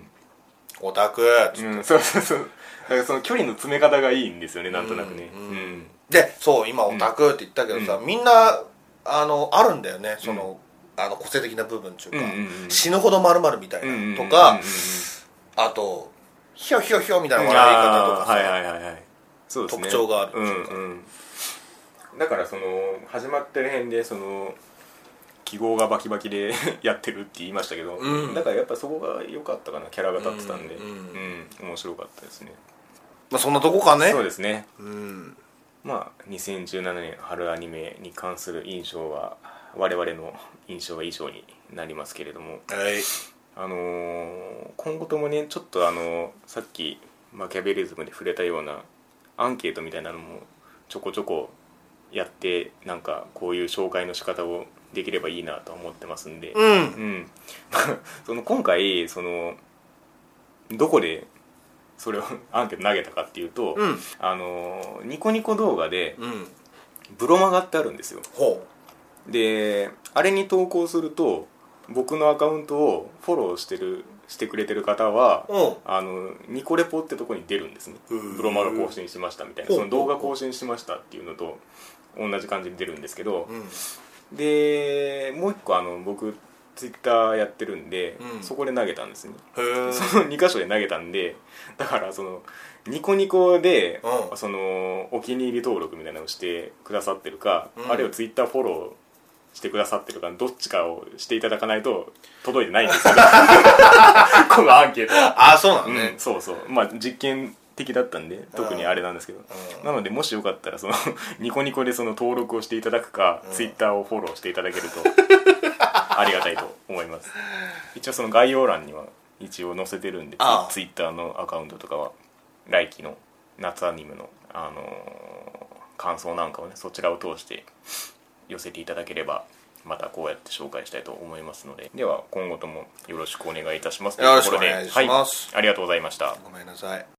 オタクっつって、 うん、そうそうそう、だからその距離の詰め方がいいんですよね、なんとなくね、 うんうんうん、でそう今オタクって言ったけどさ、うん、みんなあのあるんだよね、その、うん、あの個性的な部分っていうか、うんうんうん、死ぬほど丸々みたいな、うんうんうん、とか、あとヒョヒョヒョみたいな笑い方とかさ、 はいはいはいはい、そうですね、 特徴があるっていうか、 うんうん、だからその始まってる辺でその記号がバキバキでやってるって言いましたけど、うん、だからやっぱそこが良かったかな、キャラが立ってたんで、うんうんうん、面白かったですね。 まあそんなとこかね。 そうですね、 うん、 まあにせんじゅうななねん春アニメに関する印象は我々の印象は以上になりますけれども、 はい、 あのー、今後ともねちょっとあのさっきマキャベリズムで触れたようなアンケートみたいなのもちょこちょこやって、なんかこういう紹介の仕方をできればいいなと思ってますんで、 うん、うん、 その今回そのどこでそれをアンケート投げたかっていうと、 うん、 あのニコニコ動画でブロマガってあるんですよ、 うん、 であれに投稿すると僕のアカウントをフォローしてるしてくれてる方は、 うん、 あのニコレポってとこに出るんですね、ブロマガ更新しましたみたいな、その動画更新しましたっていうのと同じ感じに出るんですけど、うん、でもう一個あの僕ツイッターやってるんで、うん、そこで投げたんですね。そのに箇所で投げたんで、だからそのニコニコで、うん、そのお気に入り登録みたいなのをしてくださってるか、うん、あるいはツイッターフォローしてくださってるかどっちかをしていただかないと届いてないんですけどこのアンケートは。 あ、そうなのね、 うん、そうそう、まあ実験的だったんで特にあれなんですけど、うん、なのでもしよかったらそのニコニコでその登録をしていただくか、うん、ツイッターをフォローしていただけるとありがたいと思います。一応その概要欄には一応載せてるんで、ツイッターのアカウントとかは来期の夏アニメの、あのー、感想なんかをねそちらを通して寄せていただければまたこうやって紹介したいと思いますので、では今後ともよろしくお願いいたします。 よろしくお願いします、 はい、ありがとうございました。 ごめんなさい。